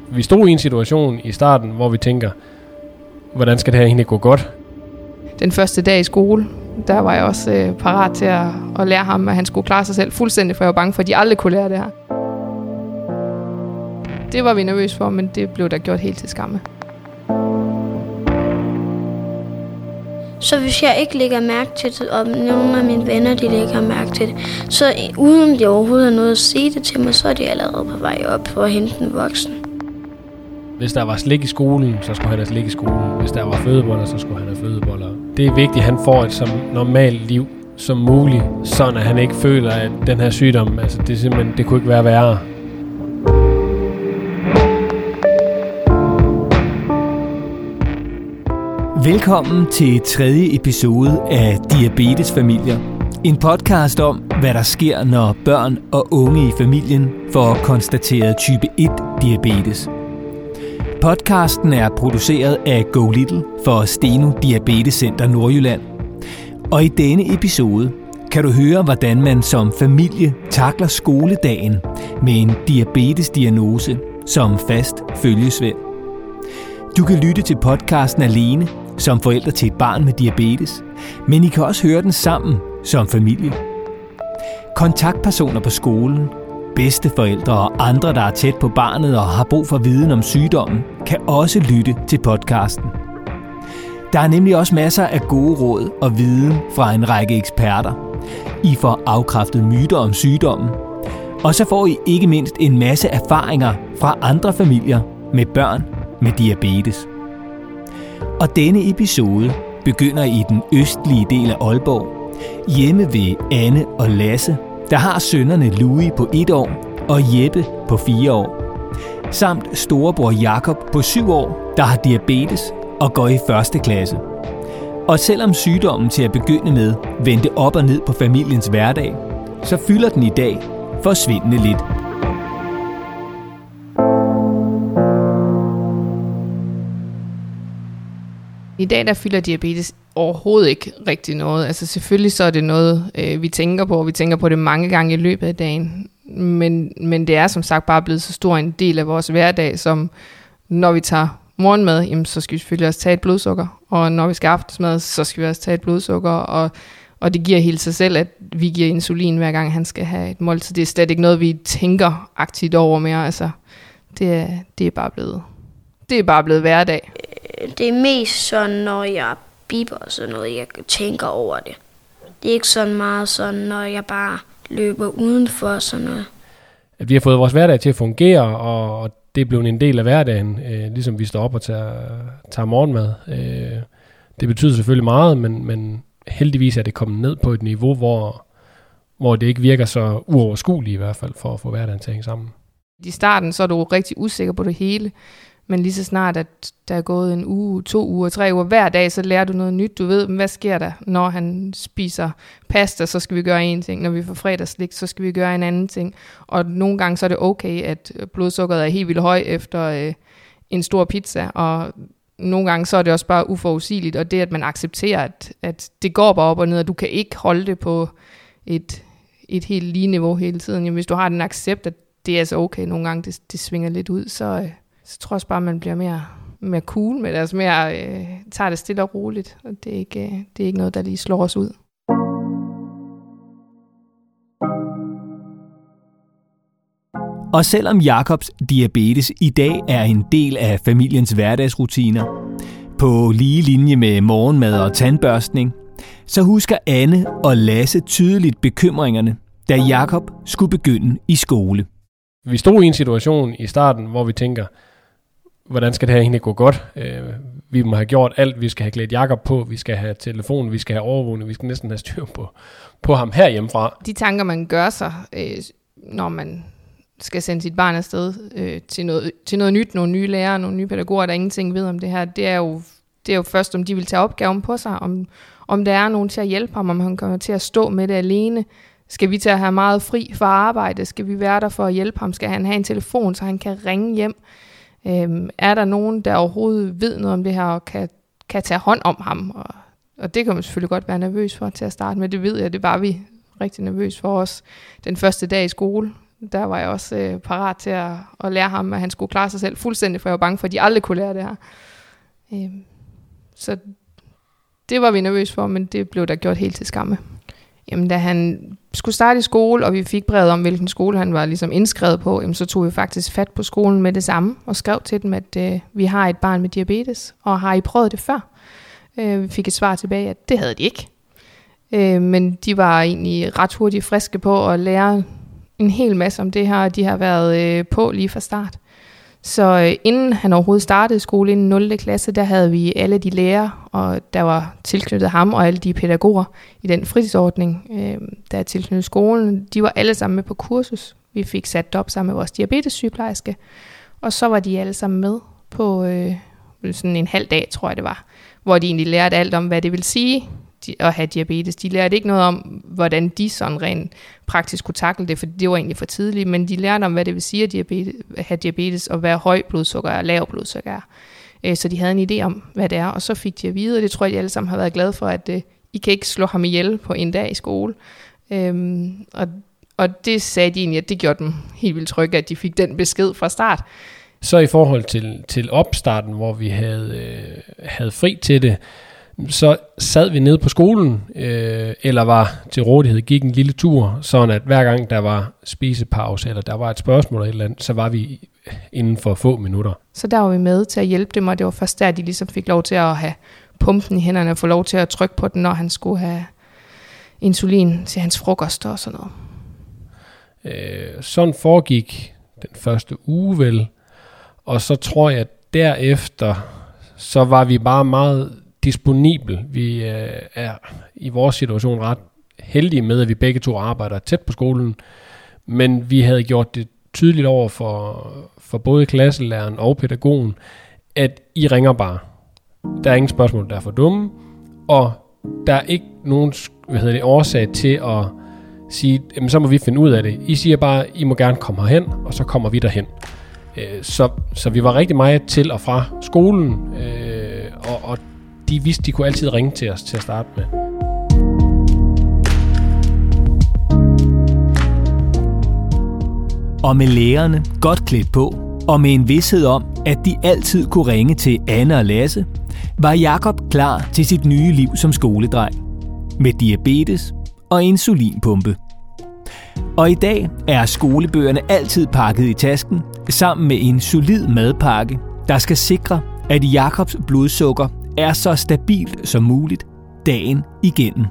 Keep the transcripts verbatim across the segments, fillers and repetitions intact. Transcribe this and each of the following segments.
Vi stod i en situation i starten, hvor vi tænker, hvordan skal det her egentlig gå godt? Den første dag i skole, der var jeg også øh, parat til at, at lære ham, at han skulle klare sig selv fuldstændig, for jeg var bange for, at de aldrig kunne lære det her. Det var vi nervøse for, men det blev der gjort helt til skamme. Så hvis jeg ikke lægger mærke til det, og nogle af mine venner de lægger mærke til det, så uden de overhovedet har noget at sige det til mig, så er de allerede på vej op for at hente en voksen. Hvis der var slik i skolen, så skulle han have slik i skolen. Hvis der var fødeboller, så skulle han have fødeboller. Det er vigtigt, at han får et så normalt liv som muligt, sådan at han ikke føler, at den her sygdom, altså det, simpelthen, det kunne ikke være værre. Velkommen til tredje episode af Diabetesfamilier. En podcast om, hvad der sker, når børn og unge i familien får konstateret type et diabetes. Podcasten er produceret af Go Little for Steno Diabetes Center Nordjylland. Og i denne episode kan du høre, hvordan man som familie takler skoledagen med en diabetesdiagnose som fast følgesvend. Du kan lytte til podcasten alene som forældre til et barn med diabetes, men I kan også høre den sammen som familie. Kontaktpersoner på skolen, bedsteforældre og andre, der er tæt på barnet og har brug for viden om sygdommen, kan også lytte til podcasten. Der er nemlig også masser af gode råd og viden fra en række eksperter. I får afkræftet myter om sygdommen, og så får I ikke mindst en masse erfaringer fra andre familier med børn med diabetes. Og denne episode begynder i den østlige del af Aalborg, hjemme ved Anne og Lasse, der har sønnerne Louis på et år og Jeppe på fire år, samt storebror Jakob på syv år, der har diabetes og går i første klasse. Og selvom sygdommen til at begynde med vendte op og ned på familiens hverdag, så fylder den i dag forsvindende lidt. I dag der fylder diabetes overhovedet ikke rigtig noget. Altså selvfølgelig så er det noget, øh, vi tænker på, og vi tænker på det mange gange i løbet af dagen. Men, men det er som sagt bare blevet så stor en del af vores hverdag, som når vi tager morgenmad, jamen, så skal vi selvfølgelig også tage et blodsukker. Og når vi skal aftensmad, så skal vi også tage et blodsukker. Og, og det giver helt sig selv, at vi giver insulin hver gang han skal have et måltid. Det er slet ikke noget, vi tænker aktivt over mere. Altså, det, er, det, er bare blevet, det er bare blevet hverdag. Det er mest sådan, når jeg biber og sådan noget, jeg tænker over det. Det er ikke sådan meget sådan, når jeg bare løber udenfor og sådan noget. At vi har fået vores hverdag til at fungere, og det er blevet en del af hverdagen, øh, ligesom vi står op og tager, tager morgenmad. Øh, det betyder selvfølgelig meget, men, men heldigvis er det kommet ned på et niveau, hvor, hvor det ikke virker så uoverskueligt i hvert fald, for at få hverdagen til at hænge sammen. I starten så er du rigtig usikker på det hele, men lige så snart, at der er gået en uge, to uger, tre uger, hver dag, så lærer du noget nyt. Du ved, hvad sker der, når han spiser pasta, så skal vi gøre en ting. Når vi får fredagslik, så skal vi gøre en anden ting. Og nogle gange så er det okay, at blodsukkeret er helt vildt højt efter øh, en stor pizza. Og nogle gange så er det også bare uforudsigeligt. Og det, at man accepterer, at, at det går bare op og ned, og du kan ikke holde det på et, et helt lige niveau hele tiden. Jamen, hvis du har den accept, at det er altså okay nogle gange, det, det svinger lidt ud, så... Øh, Så tror jeg også bare, at man bliver mere, mere cool med det, altså mere øh, tager det stille og roligt, og det er, ikke, øh, det er ikke noget, der lige slår os ud. Og selvom Jakobs diabetes i dag er en del af familiens hverdagsrutiner, på lige linje med morgenmad og tandbørstning, så husker Anne og Lasse tydeligt bekymringerne, da Jakob skulle begynde i skole. Vi stod i en situation i starten, hvor vi tænker, hvordan skal det her egentlig gå godt? Øh, vi må have gjort alt. Vi skal have klædt Jakob på, vi skal have telefon, vi skal have overvågning, vi skal næsten have styr på, på ham herhjemmefra. De tanker, man gør sig, øh, når man skal sende sit barn afsted øh, til, noget, til noget nyt, nogle nye lærere, nogle nye pædagoger, der ingenting ved om det her, det er jo, det er jo først, om de vil tage opgaven på sig, om, om der er nogen til at hjælpe ham, om han kommer til at stå med det alene. Skal vi til at have meget fri for arbejde? Skal vi være der for at hjælpe ham? Skal han have en telefon, så han kan ringe hjem? Øhm, er der nogen, der overhovedet ved noget om det her, og kan, kan tage hånd om ham? Og, og det kan man selvfølgelig godt være nervøs for til at starte med. Det ved jeg, det var vi rigtig nervøs for os. Den første dag i skole, Der var jeg også øh, parat til at, at lære ham, at han skulle klare sig selv fuldstændig, for jeg var bange for, at de aldrig kunne lære det her. Øh, så det var vi nervøse for, men det blev der gjort helt til skamme. Jamen, da han skulle starte i skole, og vi fik brevet om, hvilken skole han var ligesom indskrevet på, jamen, så tog vi faktisk fat på skolen med det samme, og skrev til dem, at øh, vi har et barn med diabetes, og har I prøvet det før? Øh, vi fik et svar tilbage, at det havde de ikke. Øh, men de var egentlig ret hurtigt friske på at lære en hel masse om det her, og de har været øh, på lige fra start. Så øh, inden han overhovedet startede i skole, inden nul klasse, der havde vi alle de lærere, og der var tilknyttet ham, og alle de pædagoger i den fritidsordning, øh, der er tilknyttet skolen, de var alle sammen med på kursus. Vi fik sat det op sammen med vores diabetessygeplejerske, og så var de alle sammen med på øh, sådan en halv dag, tror jeg det var, hvor de egentlig lærte alt om, hvad det vil sige at have diabetes. De lærte ikke noget om, hvordan de sådan rent praktisk kunne takle det, for det var egentlig for tidligt, men de lærte om, hvad det vil sige at, diabetes, at have diabetes, og hvad høj blodsukker og lav blodsukker er. Så de havde en idé om, hvad det er, og så fik de at vide, og det tror jeg, de alle sammen har været glade for, at uh, I kan ikke slå ham ihjel på en dag i skole. Um, og, og det sagde de egentlig, at det gjorde dem helt vildt trygge, at de fik den besked fra start. Så i forhold til, til opstarten, hvor vi havde, øh, havde fri til det, så sad vi nede på skolen, øh, eller var til rådighed, gik en lille tur, sådan at hver gang der var spisepause, eller der var et spørgsmål eller et eller andet, så var vi inden for få minutter. Så der var vi med til at hjælpe dem, og det var først der, de ligesom fik lov til at have pumpen i hænderne, og få lov til at trykke på den, når han skulle have insulin til hans frokost og sådan noget. Øh, sådan foregik den første uge vel, og så tror jeg, at derefter, så var vi bare meget disponibel. Vi øh, er i vores situation ret heldige med, at vi begge to arbejder tæt på skolen, men vi havde gjort det tydeligt over for, for både klasselæreren og pædagogen, at I ringer bare. Der er ingen spørgsmål, der er for dumme, og der er ikke nogen hvad hedder det, årsag til at sige, jamen, så må vi finde ud af det. I siger bare, I må gerne komme herhen, og så kommer vi derhen. Så, så vi var rigtig meget til og fra skolen, øh, og, og de vidste, de kunne altid ringe til os til at starte med. Og med lærerne godt klædt på, og med en vished om, at de altid kunne ringe til Anne og Lasse, var Jakob klar til sit nye liv som skoledreng. Med diabetes og insulinpumpe. Og i dag er skolebøgerne altid pakket i tasken, sammen med en solid madpakke, der skal sikre, at Jakobs blodsukker er så stabilt som muligt dagen igennem.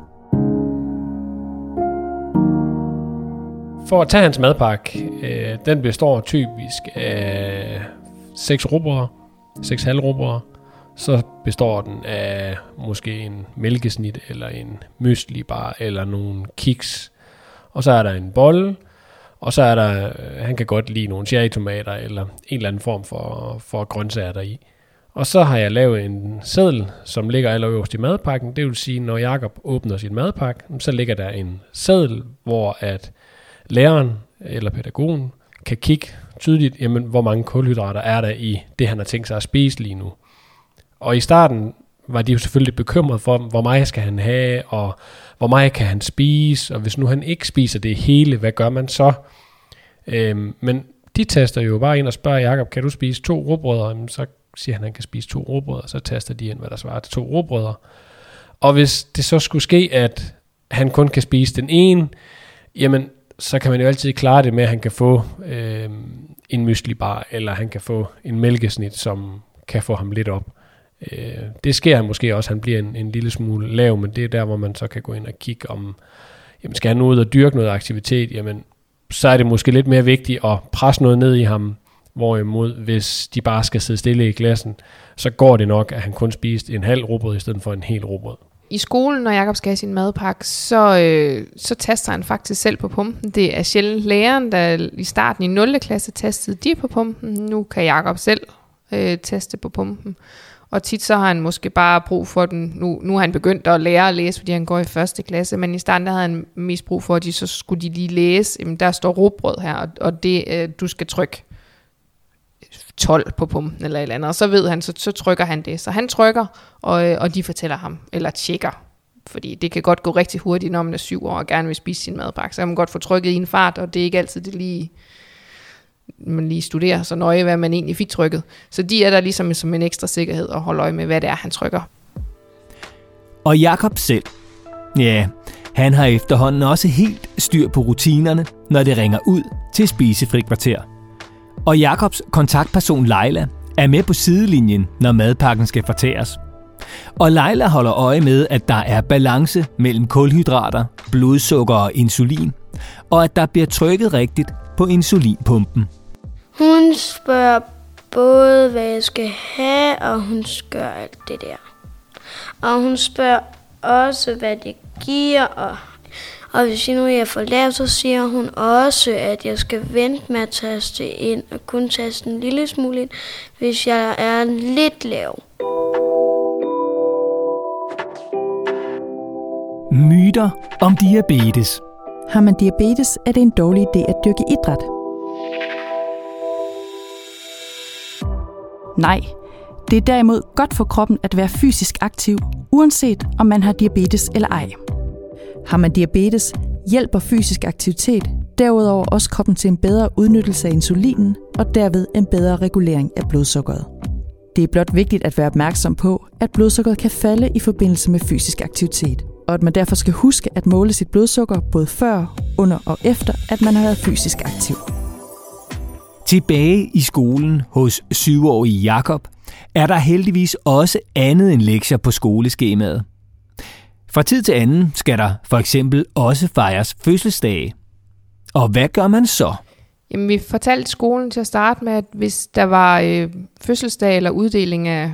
For at tage hans madpakke, øh, den består typisk af seks rugbrød, seks halvrugbrød. Så består den af måske en mælkesnit, eller en müslibar, eller nogle kiks. Og så er der en bolle, og så er der, han kan godt lide nogle cherrytomater, eller en eller anden form for, for grøntsager deri. Og så har jeg lavet en seddel, som ligger allerøverst i madpakken. Det vil sige, når Jakob åbner sin madpakke, så ligger der en seddel, hvor at læreren eller pædagogen kan kigge tydeligt, jamen, hvor mange kulhydrater er der i det, han har tænkt sig at spise lige nu. Og i starten var de jo selvfølgelig bekymret for, hvor meget skal han have, og hvor meget kan han spise, og hvis nu han ikke spiser det hele, hvad gør man så? Øhm, men de taster jo bare ind og spørger Jakob, kan du spise to rugbrødre? Jamen, så siger han, at han kan spise to rugbrødre, så taster de ind, hvad der svarer til to rugbrødre. Og hvis det så skulle ske, at han kun kan spise den ene, jamen, så kan man jo altid klare det med, at han kan få øh, en müslibar, eller han kan få en mælkesnit, som kan få ham lidt op. Øh, det sker måske også, han bliver en, en lille smule lav, men det er der, hvor man så kan gå ind og kigge om, jamen, skal han ud og dyrke noget aktivitet, jamen, så er det måske lidt mere vigtigt at presse noget ned i ham, hvorimod hvis de bare skal sidde stille i klassen, så går det nok, at han kun spiste en halv rugbrød i stedet for en hel rugbrød. I skolen, når Jakob skal have sin madpakke, så, øh, så taster han faktisk selv på pumpen. Det er sjældent læreren, der i starten i nul klasse testede de på pumpen. Nu kan Jakob selv øh, teste på pumpen. Og tit så har han måske bare brug for den. Nu, nu har han begyndt at lære at læse, fordi han går i første klasse. Men i starten der havde han mest brug for, at de så skulle de lige læse. Jamen, der står rugbrød her, og, og det øh, du skal trykke tolv på pumpen eller et eller andet. Og så ved han, så, så trykker han det. Så han trykker, og, og de fortæller ham, eller tjekker, Fordi det kan godt gå rigtig hurtigt, når man er syv år og gerne vil spise sin madpakke. Så kan man godt få trykket i en fart, og det er ikke altid det lige, man lige studerer så nøje, hvad man egentlig fik trykket. Så de er der ligesom som en ekstra sikkerhed at holde øje med, hvad det er, han trykker. Og Jakob selv, ja, han har efterhånden også helt styr på rutinerne, når det ringer ud til spisefri kvarter. Og Jakobs kontaktperson Leila er med på sidelinjen, når madpakken skal fortæres. Og Leila holder øje med, at der er balance mellem kulhydrater, blodsukker og insulin, og at der bliver trykket rigtigt på insulinpumpen. Hun spørger både, hvad jeg skal have, og hun gør alt det der. Og hun spørger også, hvad det giver, og, og hvis jeg nu er for lav, så siger hun også, at jeg skal vente med at taste ind, og kun taste en lille smule ind, hvis jeg er lidt lav. Myter om diabetes. Har man diabetes, er det en dårlig idé at dyrke idræt? Nej, det er derimod godt for kroppen at være fysisk aktiv, uanset om man har diabetes eller ej. Har man diabetes, hjælper fysisk aktivitet derudover også kroppen til en bedre udnyttelse af insulinen og derved en bedre regulering af blodsukkeret. Det er blot vigtigt at være opmærksom på, at blodsukkeret kan falde i forbindelse med fysisk aktivitet, og at man derfor skal huske at måle sit blodsukker både før, under og efter, at man har været fysisk aktiv. Tilbage i skolen hos syvårige Jakob er der heldigvis også andet end lektier på skoleskemaet. Fra tid til anden skal der for eksempel også fejres fødselsdage. Og hvad gør man så? Jamen, vi fortalte skolen til at starte med, at hvis der var øh, fødselsdag eller uddeling af,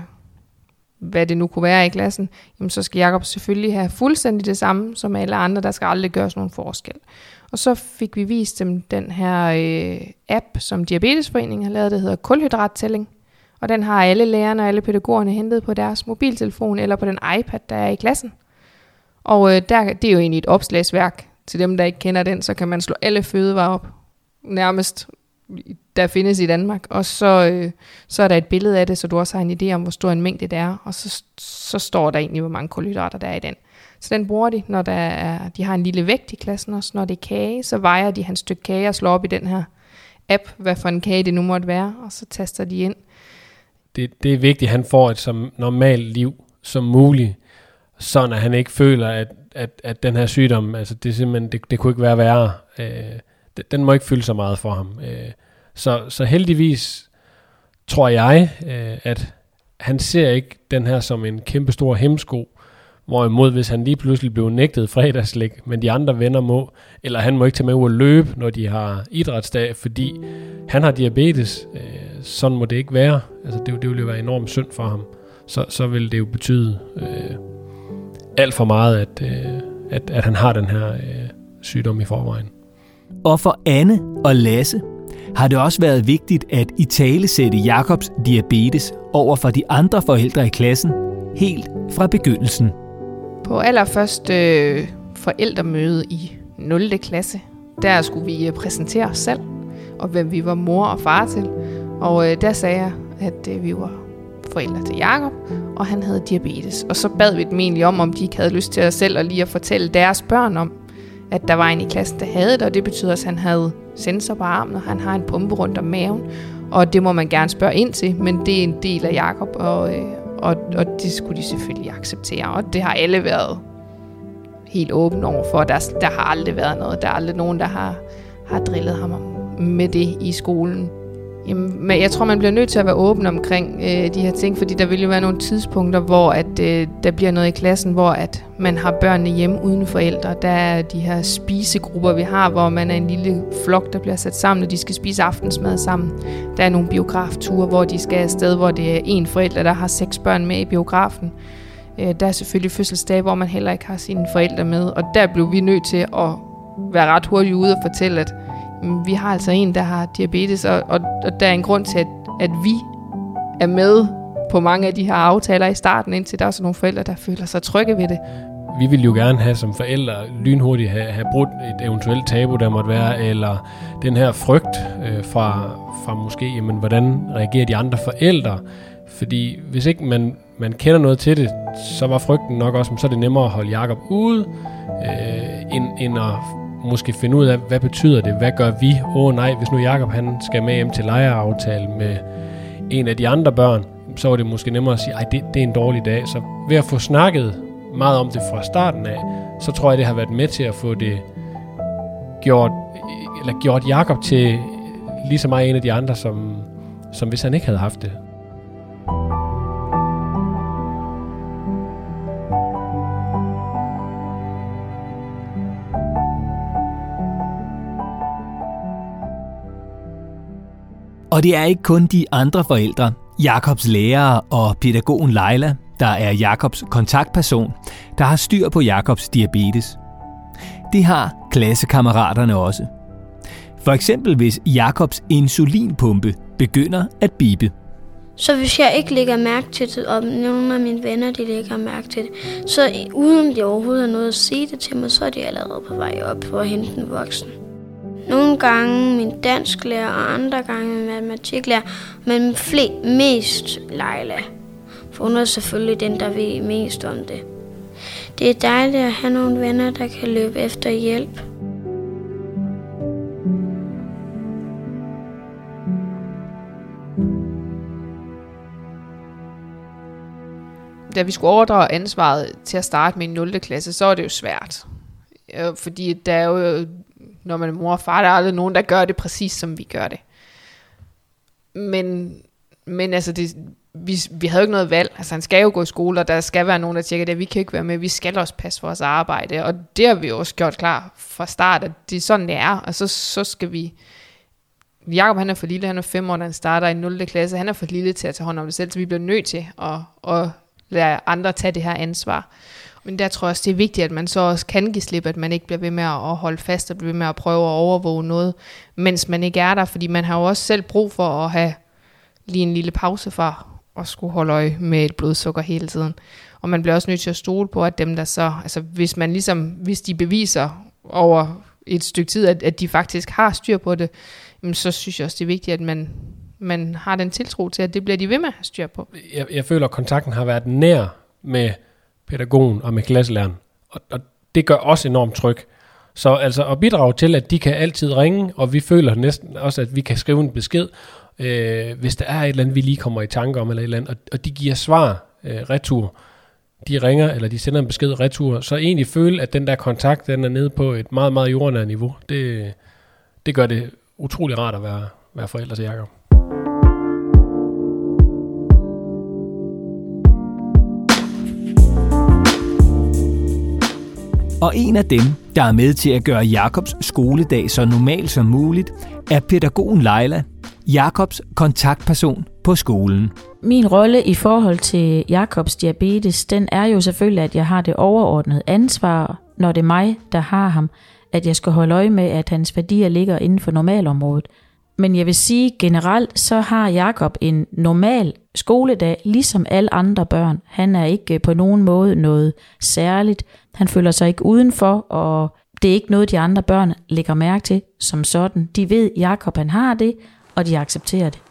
hvad det nu kunne være i klassen, jamen, så skal Jakob selvfølgelig have fuldstændig det samme som alle andre. Der skal aldrig gøres nogen forskel. Og så fik vi vist dem den her øh, app, som Diabetesforeningen har lavet, der hedder kulhydrattælling. Og den har alle lærerne og alle pædagogerne hentet på deres mobiltelefon eller på den iPad, der er i klassen. Og øh, der, det er jo egentlig et opslagsværk. Til dem, der ikke kender den, så kan man slå alle fødevarer op, nærmest, der findes i Danmark. Og så, øh, så er der et billede af det, så du også har en idé om, hvor stor en mængde det er. Og så, så står der egentlig, hvor mange kulhydrater der er i den. Så den bruger de, når der er, de har en lille vægt i klassen også. Når det er kage, så vejer de hans stykke kage og slår op i den her app, hvad for en kage det nu måtte være, og så taster de ind. Det, det er vigtigt, at han får et så normalt liv som muligt, sådan at han ikke føler, at, at, at den her sygdom, altså det, simpelthen, det, det kunne ikke være værre. Øh, den må ikke fylde så meget for ham. Øh, så, så heldigvis tror jeg, øh, at han ser ikke den her som en kæmpe stor hemsko, hvorimod hvis han lige pludselig blev nægtet fredagslæg, men de andre venner må, eller han må ikke tage med ud at løbe, når de har idrætsdag, fordi han har diabetes. Øh, sådan må det ikke være. Altså det, det ville jo være enormt synd for ham. Så, så vil det jo betyde øh, alt for meget, at, øh, at, at han har den her øh, sygdom i forvejen. Og for Anne og Lasse har det også været vigtigt at italesætte Jakobs diabetes over for de andre forældre i klassen helt fra begyndelsen. På allerførste øh, forældremøde i nul klasse, der skulle vi præsentere os selv, og hvem vi var mor og far til. Og øh, der sagde jeg, at øh, vi var forældre til Jakob, og han havde diabetes. Og så bad vi dem egentlig om, om de ikke havde lyst til os selv og lige at fortælle deres børn om, at der var en i klassen, der havde det, og det betyder, at han havde sensor på armen, og han har en pumpe rundt om maven. Og det må man gerne spørge ind til, men det er en del af Jakob, og, øh, og, og det skulle de selvfølgelig acceptere. Og det har alle været helt åbne over for. Der, der har aldrig været noget. Der er aldrig nogen, der har, har drillet ham med det i skolen. Jamen, men jeg tror, man bliver nødt til at være åben omkring øh, de her ting, fordi der vil jo være nogle tidspunkter, hvor at, øh, der bliver noget i klassen, hvor at man har børnene hjemme uden forældre. Der er de her spisegrupper, vi har, hvor man er en lille flok, der bliver sat sammen, og de skal spise aftensmad sammen. Der er nogle biografture, hvor de skal afsted, hvor det er en forælder, der har seks børn med i biografen. Øh, der er selvfølgelig fødselsdage, hvor man heller ikke har sine forældre med, og der blev vi nødt til at være ret hurtigt ude og fortælle, at vi har altså en, der har diabetes, og, og, og der er en grund til, at, at vi er med på mange af de her aftaler i starten, indtil der er også nogle forældre, der føler sig trygge ved det. Vi vil jo gerne have som forældre lynhurtigt have, have brudt et eventuelt tabu, der måtte være, eller den her frygt øh, fra, fra måske, jamen, hvordan reagerer de andre forældre? Fordi hvis ikke man man kender noget til det, så var frygten nok også, så er det nemmere at holde Jakob ude, øh, end, end at måske finde ud af, hvad betyder det, hvad gør vi? Åh oh, nej, hvis nu Jakob han skal med hjem til lejeaftale med en af de andre børn, så var det måske nemmere at sige, ej, det, det er en dårlig dag. Så ved at få snakket meget om det fra starten af, så tror jeg, det har været med til at få det gjort, eller gjort Jakob til lige så meget en af de andre, som, som hvis han ikke havde haft det. Og det er ikke kun de andre forældre, Jakobs lærere og pædagogen Leila, der er Jakobs kontaktperson, der har styr på Jakobs diabetes. Det har klassekammeraterne også. For eksempel hvis Jakobs insulinpumpe begynder at bippe. Så hvis jeg ikke lægger mærke til det, og nogle af mine venner de lægger mærke til det, så uden de overhovedet har noget at sige det til mig, så er de allerede på vej op for at hente en voksen. Nogle gange min dansklærer, og andre gange min matematiklærer, men fle- mest Leila. For hun er selvfølgelig den, der ved mest om det. Det er dejligt at have nogle venner, der kan løbe efter hjælp. Da vi skulle overdrage ansvaret til at starte med i nul klasse, så var det jo svært. Fordi der er jo, når man er mor og far, der er aldrig nogen, der gør det præcis, som vi gør det. Men, men altså, det, vi, vi havde jo ikke noget valg. Altså, han skal jo gå i skole, og der skal være nogen, der tjekker det. Vi kan ikke være med. Vi skal også passe for vores arbejde. Og det har vi jo også gjort klar fra start, at det er sådan, det er. Og så, så skal vi... Jakob, han er for lille. Han er fem år, da han starter i nul klasse. Han er for lille til at tage hånd om det selv, så vi bliver nødt til at, at lade andre tage det her ansvar. Men der tror jeg også, det er vigtigt, at man så også kan give slip, at man ikke bliver ved med at holde fast og bliver ved med at prøve at overvåge noget, mens man ikke er der, fordi man har jo også selv brug for at have lige en lille pause fra at skulle holde øje med et blodsukker hele tiden. Og man bliver også nødt til at stole på, at dem der så, altså hvis man ligesom, hvis de beviser over et stykke tid, at, at de faktisk har styr på det, så synes jeg også, det er vigtigt, at man, man har den tiltro til, at det bliver de ved med at have styr på. Jeg, jeg føler, at kontakten har været nær med pædagogen og med klasselæreren, og, og det gør også enormt tryg. Så altså at bidrage til, at de kan altid ringe, og vi føler næsten også, at vi kan skrive en besked, øh, hvis der er et eller andet, vi lige kommer i tanke om, eller et eller andet, og, og de giver svar øh, retur. De ringer, eller de sender en besked retur, så egentlig føle, at den der kontakt, den er nede på et meget, meget jordnært niveau. Det, det gør det utrolig rart at være, være forældre til Jakob. Og en af dem, der er med til at gøre Jakobs skoledag så normal som muligt, er pædagogen Leila, Jakobs kontaktperson på skolen. Min rolle i forhold til Jakobs diabetes, den er jo selvfølgelig, at jeg har det overordnede ansvar, når det er mig, der har ham, at jeg skal holde øje med, at hans værdier ligger inden for normalområdet. Men jeg vil sige generelt, så har Jakob en normal skoledag, ligesom alle andre børn. Han er ikke på nogen måde noget særligt. Han føler sig ikke udenfor, og det er ikke noget, de andre børn lægger mærke til som sådan. De ved, at Jakob han har det, og de accepterer det.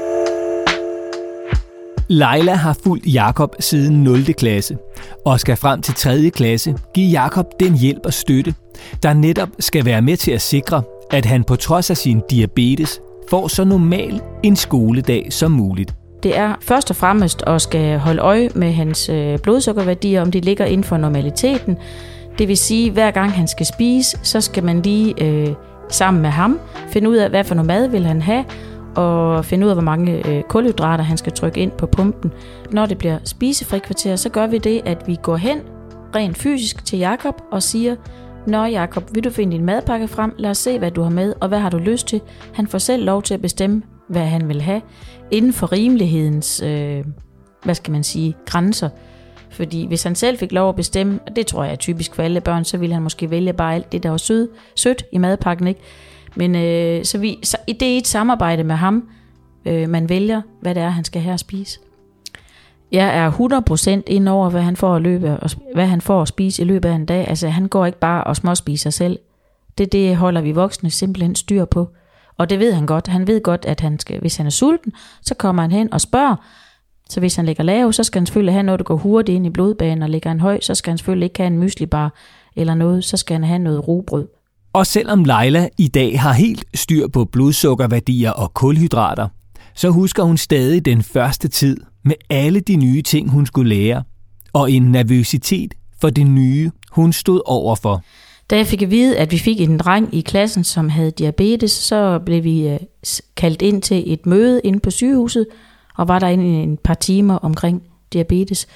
Leila har fulgt Jakob siden nul klasse, og skal frem til tredje klasse give Jakob den hjælp og støtte, der netop skal være med til at sikre, at han på trods af sin diabetes får så normal en skoledag som muligt. Det er først og fremmest at skal holde øje med hans blodsukkerværdier, om de ligger inden for normaliteten. Det vil sige, at hver gang han skal spise, så skal man lige øh, sammen med ham finde ud af, hvad for noget mad vil han have, og finde ud af, hvor mange øh, kulhydrater han skal trykke ind på pumpen. Når det bliver spisefrikvarter, så gør vi det, at vi går hen rent fysisk til Jakob og siger, nå Jakob, vil du finde din madpakke frem? Lad os se, hvad du har med, og hvad har du lyst til? Han får selv lov til at bestemme, hvad han vil have, inden for rimelighedens, øh, hvad skal man sige, grænser. Fordi hvis han selv fik lov at bestemme, og det tror jeg er typisk for alle børn, så ville han måske vælge bare alt det, der var sød, sødt i madpakken, ikke? Men øh, så, vi, så det er et samarbejde med ham, øh, man vælger, hvad det er, han skal have at spise. Jeg er hundrede procent ind over, hvad han får at løbe, og hvad han får at spise i løbet af en dag. Altså han går ikke bare og småspiser selv. Det, det holder vi voksne simpelthen styr på. Og det ved han godt. Han ved godt, at han skal, hvis han er sulten, så kommer han hen og spørger, Så hvis han ligger lav, så skal han selvfølgelig have noget, der går hurtigt ind i blodbanen, og ligger han høj, så skal han selvfølgelig ikke have en myslibar eller noget, så skal han have noget rugbrød. Og selvom Laila i dag har helt styr på blodsukkerværdier og kulhydrater, så husker hun stadig den første tid med alle de nye ting, hun skulle lære, og en nervøsitet for det nye, hun stod overfor. Da jeg fik at vide, at vi fik en dreng i klassen, som havde diabetes, så blev vi kaldt ind til et møde inde på sygehuset, og var der inde en par timer omkring diabetes.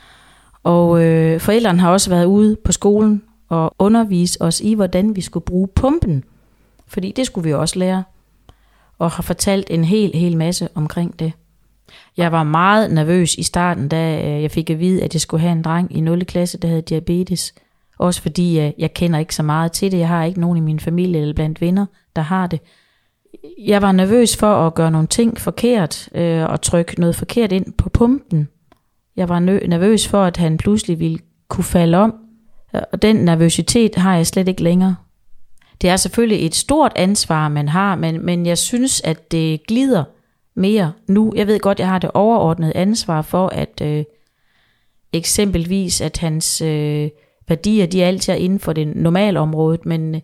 Og øh, forældrene har også været ude på skolen og undervise os i, hvordan vi skulle bruge pumpen. Fordi det skulle vi også lære, og har fortalt en hel, hel masse omkring det. Jeg var meget nervøs i starten, da jeg fik at vide, at jeg skulle have en dreng i nul klasse, der havde diabetes. Også fordi jeg kender ikke så meget til det. Jeg har ikke nogen i min familie eller blandt venner, der har det. Jeg var nervøs for at gøre nogle ting forkert, øh, og trykke noget forkert ind på pumpen. Jeg var nervøs for, at han pludselig ville kunne falde om, og den nervøsitet har jeg slet ikke længere. Det er selvfølgelig et stort ansvar, man har, men, men jeg synes, at det glider mere nu. Jeg ved godt, jeg har det overordnede ansvar for, at øh, eksempelvis, at hans øh, værdier, de er altid inden for det normale område, men øh,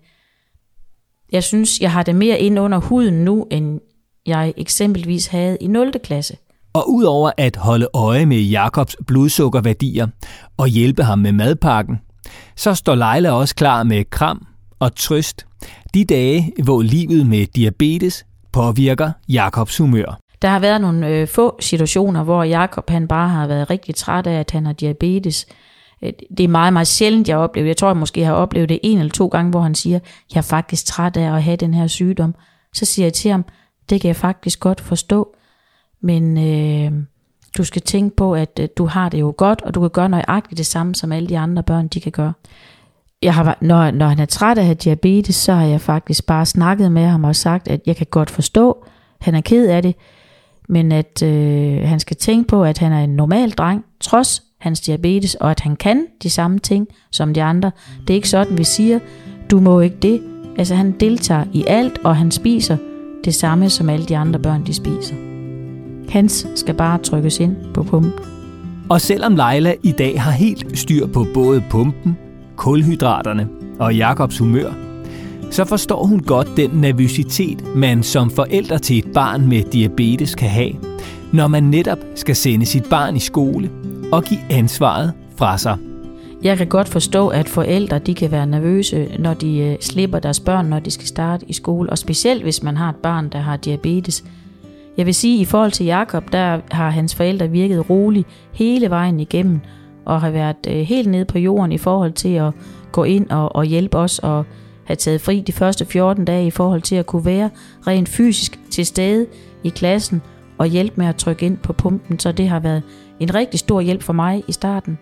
jeg synes, jeg har det mere ind under huden nu, end jeg eksempelvis havde i nul klasse. Og udover at holde øje med Jakobs blodsukkerværdier og hjælpe ham med madpakken, så står Laila også klar med kram og trøst de dage, hvor livet med diabetes påvirker Jakobs humør. Der har været nogle øh, få situationer, hvor Jakob han bare har været rigtig træt af, at han har diabetes. Det er meget, meget sjældent, jeg oplever. Jeg tror, jeg måske har oplevet det en eller to gange, hvor han siger, jeg er faktisk træt af at have den her sygdom. Så siger jeg til ham, det kan jeg faktisk godt forstå, men øh, du skal tænke på, at øh, du har det jo godt, og du kan gøre nøjagtigt det samme, som alle de andre børn, de kan gøre. Jeg har, når, når han er træt af at have diabetes, så har jeg faktisk bare snakket med ham og sagt, at jeg kan godt forstå, han er ked af det, men at øh, han skal tænke på, at han er en normal dreng, trods hans diabetes, og at han kan de samme ting som de andre. Det er ikke sådan, vi siger, du må ikke det. Altså han deltager i alt, og han spiser det samme, som alle de andre børn, de spiser. Hans skal bare trykkes ind på pumpen. Og selvom Laila i dag har helt styr på både pumpen, kulhydraterne og Jakobs humør, så forstår hun godt den nervøsitet, man som forælder til et barn med diabetes kan have, når man netop skal sende sit barn i skole og give ansvaret fra sig. Jeg kan godt forstå, at forældre de kan være nervøse, når de øh, slipper deres børn, når de skal starte i skole, og specielt hvis man har et barn, der har diabetes. Jeg vil sige, at i forhold til Jakob, der har hans forældre virket roligt hele vejen igennem, og har været øh, helt nede på jorden i forhold til at gå ind og, og hjælpe os, og have taget fri de første fjorten dage i forhold til at kunne være rent fysisk til stede i klassen, og hjælpe med at trykke ind på pumpen, så det har været en rigtig stor hjælp for mig i starten.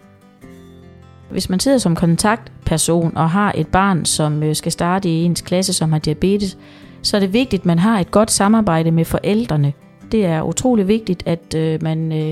Hvis man sidder som kontaktperson og har et barn, som skal starte i ens klasse, som har diabetes, så er det vigtigt, at man har et godt samarbejde med forældrene. Det er utrolig vigtigt, at øh, man, øh,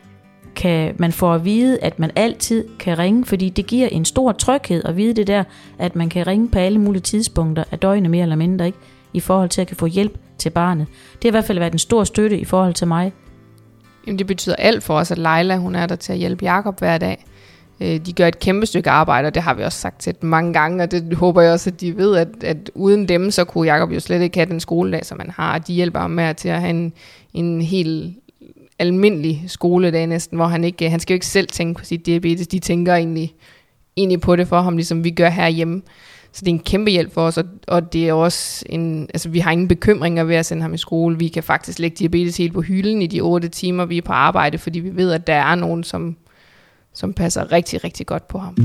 kan, man får at vide, at man altid kan ringe, fordi det giver en stor tryghed at vide det der, at man kan ringe på alle mulige tidspunkter af døgnet mere eller mindre, ikke? I forhold til at kan få hjælp til barnet. Det har i hvert fald været en stor støtte i forhold til mig. Jamen, det betyder alt for os, at Laila hun er der til at hjælpe Jakob hver dag. De gør et kæmpe stykke arbejde, og det har vi også sagt til dem mange gange, og det håber jeg også, at de ved, at, at uden dem, så kunne Jakob jo slet ikke have den skoledag, som man har, og de hjælper ham med til at have en, en helt almindelig skoledag næsten, hvor han ikke, han skal jo ikke selv tænke på sit diabetes, de tænker egentlig, egentlig på det for ham, ligesom vi gør herhjemme. Så det er en kæmpe hjælp for os, og, og det er også en, altså vi har ingen bekymringer ved at sende ham i skole. Vi kan faktisk lægge diabetes helt på hylden i de otte timer, vi er på arbejde, fordi vi ved, at der er nogen, som, som passer rigtig, rigtig godt på ham.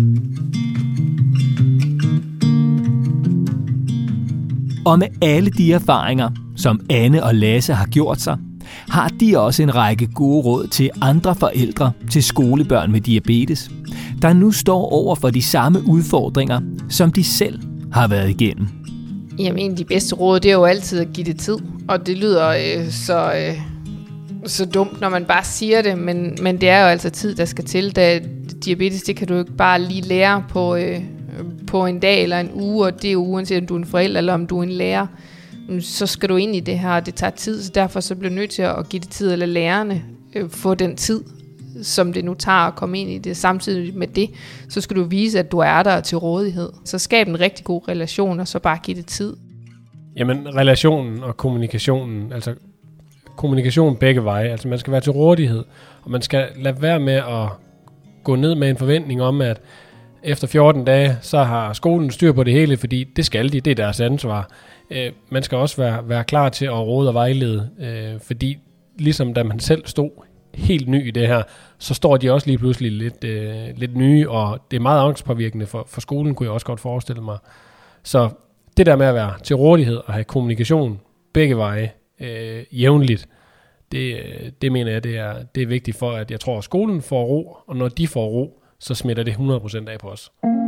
Og med alle de erfaringer, som Anne og Lasse har gjort sig, har de også en række gode råd til andre forældre til skolebørn med diabetes, der nu står over for de samme udfordringer, som de selv har været igennem. Jamen, de bedste råd, det er jo altid at give det tid, og det lyder øh, så, øh, så dumt, når man bare siger det, men, men det er jo altså tid, der skal til. Da diabetes, det kan du ikke bare lige lære på, øh, på en dag eller en uge, og det er jo uanset om du er en forælder eller om du er en lærer. Så skal du ind i det her, og det tager tid, så derfor så bliver du nødt til at give det tid, eller lærerne øh, få den tid, som det nu tager at komme ind i det. Samtidig med det, så skal du vise, at du er der til rådighed. Så skab en rigtig god relation, og så bare give det tid. Jamen, relationen og kommunikationen, altså kommunikation begge veje, altså man skal være til rådighed, og man skal lade være med at gå ned med en forventning om, at efter fjorten dage, så har skolen styr på det hele, fordi det skal de, det er deres ansvar. Øh, man skal også være, være klar til at råde og vejlede, øh, fordi ligesom da man selv stod helt ny i det her, så står de også lige pludselig lidt, øh, lidt nye, og det er meget angstpåvirkende for, for skolen, kunne jeg også godt forestille mig. Så det der med at være til rådighed og have kommunikation begge veje øh, jævnligt, det, det mener jeg, det er, det er vigtigt for, at jeg tror, at skolen får ro, og når de får ro, så smitter det hundrede procent af på os.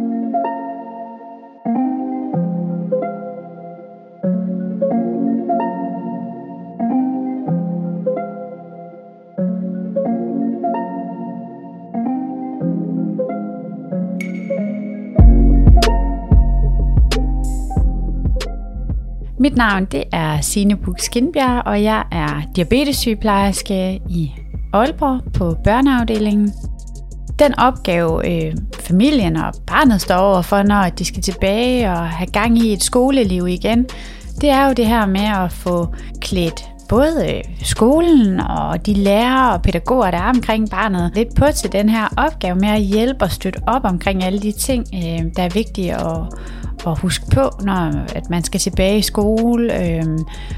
Mit navn det er Signe Buch Skindbjerg, og jeg er diabetessygeplejerske i Aalborg på børneafdelingen. Den opgave, øh, familien og barnet står overfor, når de skal tilbage og have gang i et skoleliv igen, det er jo det her med at få klædt både skolen og de lærere og pædagoger, der er omkring barnet, lidt på til den her opgave med at hjælpe og støtte op omkring alle de ting, øh, der er vigtige at, at huske på, når at man skal tilbage i skole. Øh,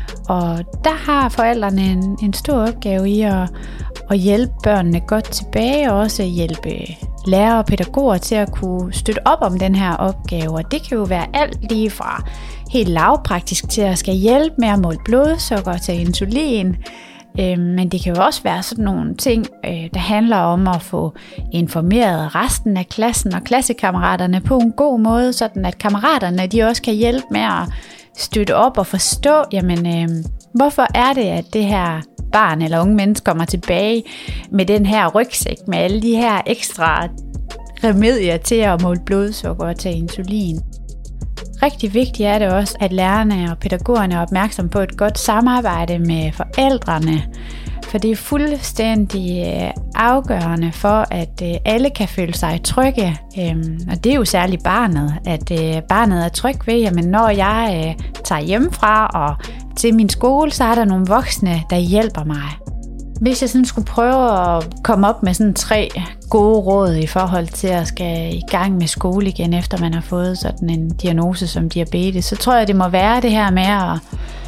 og der har forældrene en, en stor opgave i at, at hjælpe børnene godt tilbage, og også hjælpe lærere og pædagoger til at kunne støtte op om den her opgave. Og det kan jo være alt lige fra helt lavpraktisk til at skal hjælpe med at måle blodsukker og tage insulin. Øh, men det kan jo også være sådan nogle ting, øh, der handler om at få informeret resten af klassen og klassekammeraterne på en god måde, sådan at kammeraterne de også kan hjælpe med at støtte op og forstå, jamen, øh, hvorfor er det, at det her barn eller unge menneske kommer tilbage med den her rygsæk, med alle de her ekstra remedier til at måle blodsukker og tage insulin. Rigtig vigtigt er det også, at lærerne og pædagogerne er opmærksomme på et godt samarbejde med forældrene, for det er fuldstændig afgørende for, at alle kan føle sig trygge. Og det er jo særligt barnet, at barnet er tryg ved, at når jeg tager hjemmefra og til min skole, så er der nogle voksne, der hjælper mig. Hvis jeg sådan skulle prøve at komme op med sådan tre gode råd i forhold til at skal i gang med skole igen, efter man har fået sådan en diagnose som diabetes, så tror jeg, det må være det her med at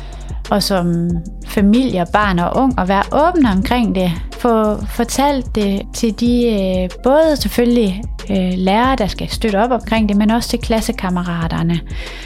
og som familie, barn og ung, at være åbne omkring det. Få fortalt det til de, både selvfølgelig lærere, der skal støtte op omkring det, men også til klassekammeraterne.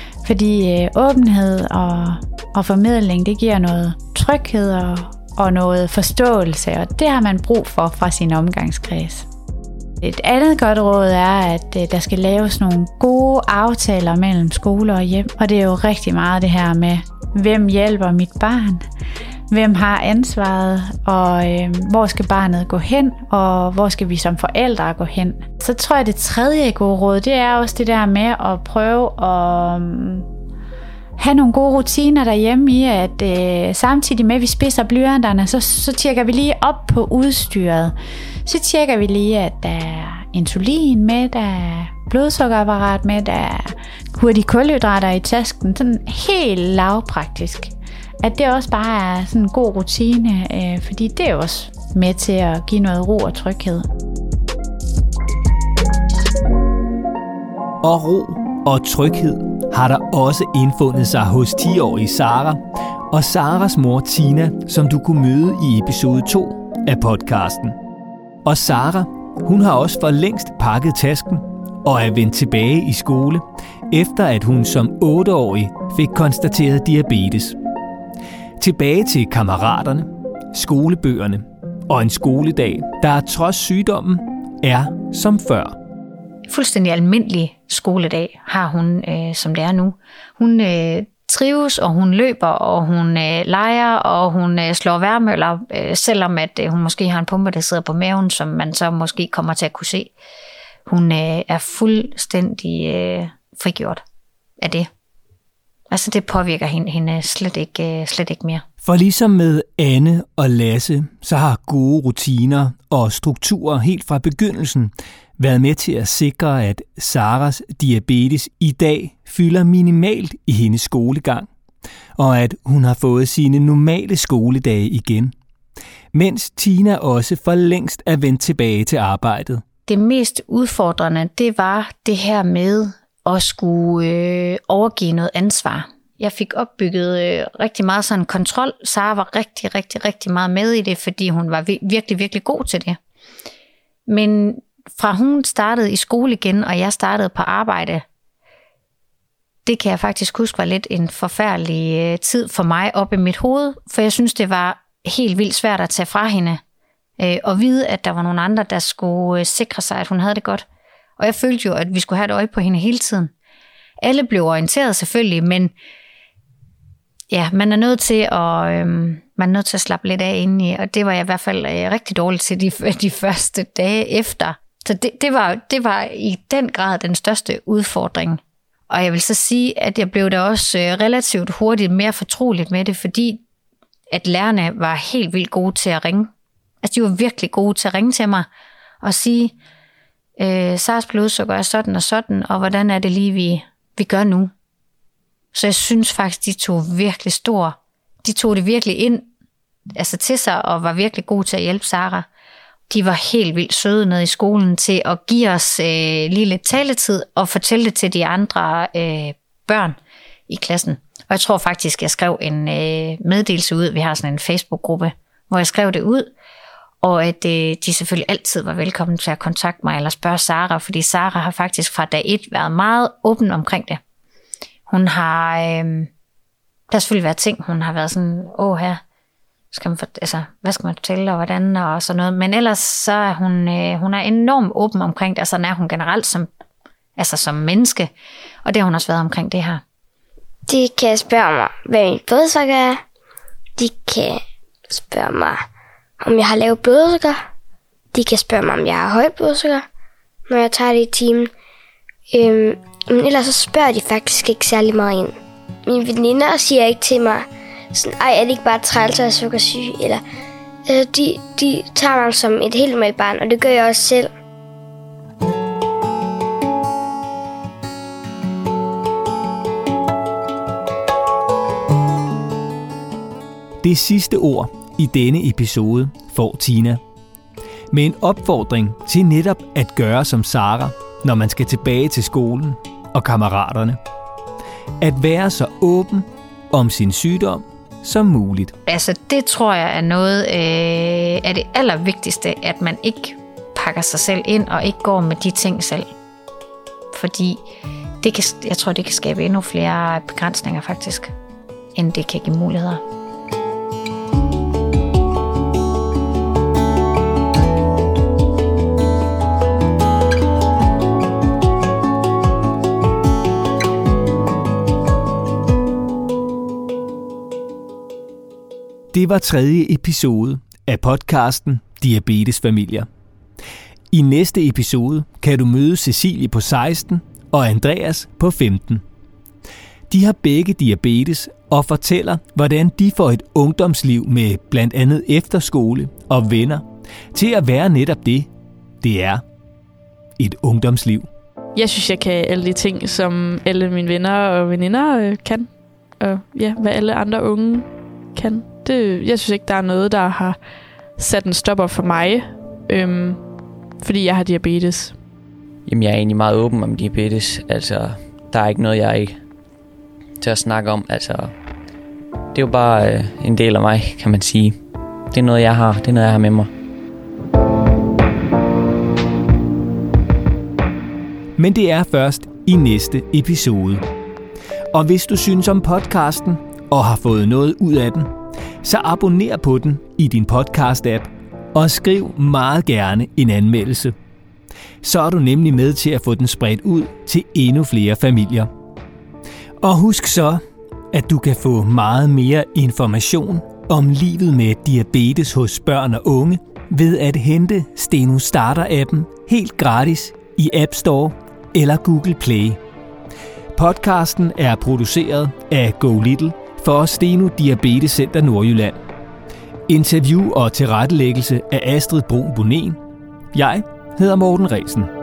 Fordi åbenhed og, og formidling, det giver noget tryghed og og noget forståelse, og det har man brug for fra sin omgangskreds. Et andet godt råd er, at der skal laves nogle gode aftaler mellem skole og hjem, og det er jo rigtig meget det her med, hvem hjælper mit barn, hvem har ansvaret, og øh, hvor skal barnet gå hen, og hvor skal vi som forældre gå hen. Så tror jeg, det tredje gode råd, det er også det der med at prøve at have nogle gode rutiner derhjemme i, at øh, samtidig med, at vi spidser blyanterne, så, så tjekker vi lige op på udstyret. Så tjekker vi lige, at der er insulin med, der er blodsukkerapparat med, der er hurtige kulhydrater i tasken. Sådan helt lavpraktisk. At det også bare er sådan en god rutine, øh, fordi det er også med til at give noget ro og tryghed. Og ro og tryghed har der også indfundet sig hos ti-årige Sara og Saras mor Tina, som du kunne møde i episode to af podcasten. Og Sara, hun har også for længst pakket tasken og er vendt tilbage i skole, efter at hun som otteårig fik konstateret diabetes. Tilbage til kammeraterne, skolebøgerne og en skoledag, der trods sygdommen er som før. Fuldstændig almindelig skoledag har hun, øh, som det er nu. Hun øh, trives, og hun løber, og hun øh, leger, og hun øh, slår vejrmøller, øh, selvom at øh, hun måske har en pumpe, der sidder på maven, som man så måske kommer til at kunne se. Hun øh, er fuldstændig øh, frigjort af det. Altså det påvirker hende, hende slet, ikke, øh, slet ikke mere. For ligesom med Anne og Lasse, så har gode rutiner og strukturer helt fra begyndelsen været med til at sikre, at Saras diabetes i dag fylder minimalt i hendes skolegang, og at hun har fået sine normale skoledage igen, mens Tina også for længst er vendt tilbage til arbejdet. Det mest udfordrende, det var det her med at skulle øh, overgive noget ansvar. Jeg fik opbygget øh, rigtig meget sådan kontrol. Sara var rigtig, rigtig, rigtig meget med i det, fordi hun var virkelig, virkelig god til det. Men fra hun startede i skole igen, og jeg startede på arbejde, det kan jeg faktisk huske var lidt en forfærdelig øh, tid for mig op i mit hoved, for jeg synes, det var helt vildt svært at tage fra hende, øh, og vide, at der var nogle andre, der skulle øh, sikre sig, at hun havde det godt. Og jeg følte jo, at vi skulle have et øje på hende hele tiden. Alle blev orienteret selvfølgelig, men ja, man er nødt til at, øh, man er nødt til at slappe lidt af indeni, og det var jeg i hvert fald øh, rigtig dårlig til de, de første dage efter. Så det, det, var, det var i den grad den største udfordring. Og jeg vil så sige, at jeg blev da også øh, relativt hurtigt mere fortroligt med det, fordi at lærerne var helt vildt gode til at ringe. Altså de var virkelig gode til at ringe til mig og sige, øh, Saras blodsukker er sådan og sådan, og hvordan er det lige, vi, vi gør nu? Så jeg synes faktisk, de tog virkelig stor. De tog det virkelig ind, altså til sig, og var virkelig gode til at hjælpe Sara. De var helt vildt søde nede i skolen til at give os øh, lige lidt taletid og fortælle det til de andre øh, børn i klassen. Og jeg tror faktisk, jeg skrev en øh, meddelelse ud. Vi har sådan en Facebook-gruppe, hvor jeg skrev det ud, og at øh, de selvfølgelig altid var velkommen til at kontakte mig eller spørge Sara, fordi Sara har faktisk fra dag et været meget åben omkring det. Hun har, øh, der har selvfølgelig været ting, hun har været sådan, åh her, skal man for, altså, hvad skal man fortælle og hvordan og sådan noget, men ellers så er hun, øh, hun er enormt åben omkring det, og sådan er hun generelt som, altså som menneske, og det har hun også været omkring det her. De kan spørge mig, hvad min blodsukker er. De kan spørge mig, om jeg har lavt blodsukker. De kan spørge mig, om jeg har højt blodsukker, når jeg tager det i timen. Øhm, men ellers så spørger de faktisk ikke særlig meget ind. Mine veninder siger ikke til mig, sådan, ej, er det ikke bare træls og sukkersyg? Eller, øh, de, de tager mig som et helt normalt barn, og det gør jeg også selv. Det sidste ord i denne episode får Tina. Med en opfordring til netop at gøre som Sara, når man skal tilbage til skolen og kammeraterne. At være så åben om sin sygdom som muligt. Altså det tror jeg er noget øh, af det allervigtigste, at man ikke pakker sig selv ind og ikke går med de ting selv. Fordi det kan, jeg tror, det kan skabe endnu flere begrænsninger faktisk, end det kan give muligheder. Det var tredje episode af podcasten Diabetesfamilier. I næste episode kan du møde Cecilie på seksten og Andreas på femten. De har begge diabetes og fortæller, hvordan de får et ungdomsliv med blandt andet efterskole og venner til at være netop det, det er et ungdomsliv. Jeg synes, jeg kan alle de ting, som alle mine venner og veninder øh, kan. Og ja, hvad alle andre unge kan. Det, jeg synes ikke, der er noget, der har sat en stopper for mig, øhm, fordi jeg har diabetes. Jamen, jeg er egentlig meget åben om diabetes. Altså, der er ikke noget, jeg ikke til at snakke om. Altså, det er jo bare øh, en del af mig, kan man sige. Det er noget, jeg har. Det er noget, jeg har med mig. Men det er først i næste episode. Og hvis du synes om podcasten og har fået noget ud af den, så abonner på den i din podcast-app og skriv meget gerne en anmeldelse. Så er du nemlig med til at få den spredt ud til endnu flere familier. Og husk så, at du kan få meget mere information om livet med diabetes hos børn og unge ved at hente Steno Starter-appen helt gratis i App Store eller Google Play. Podcasten er produceret af Go Little for Steno Diabetes Center Nordjylland. Interview og tilrettelæggelse af Astrid Brun Bonén. Jeg hedder Morten Ræsen.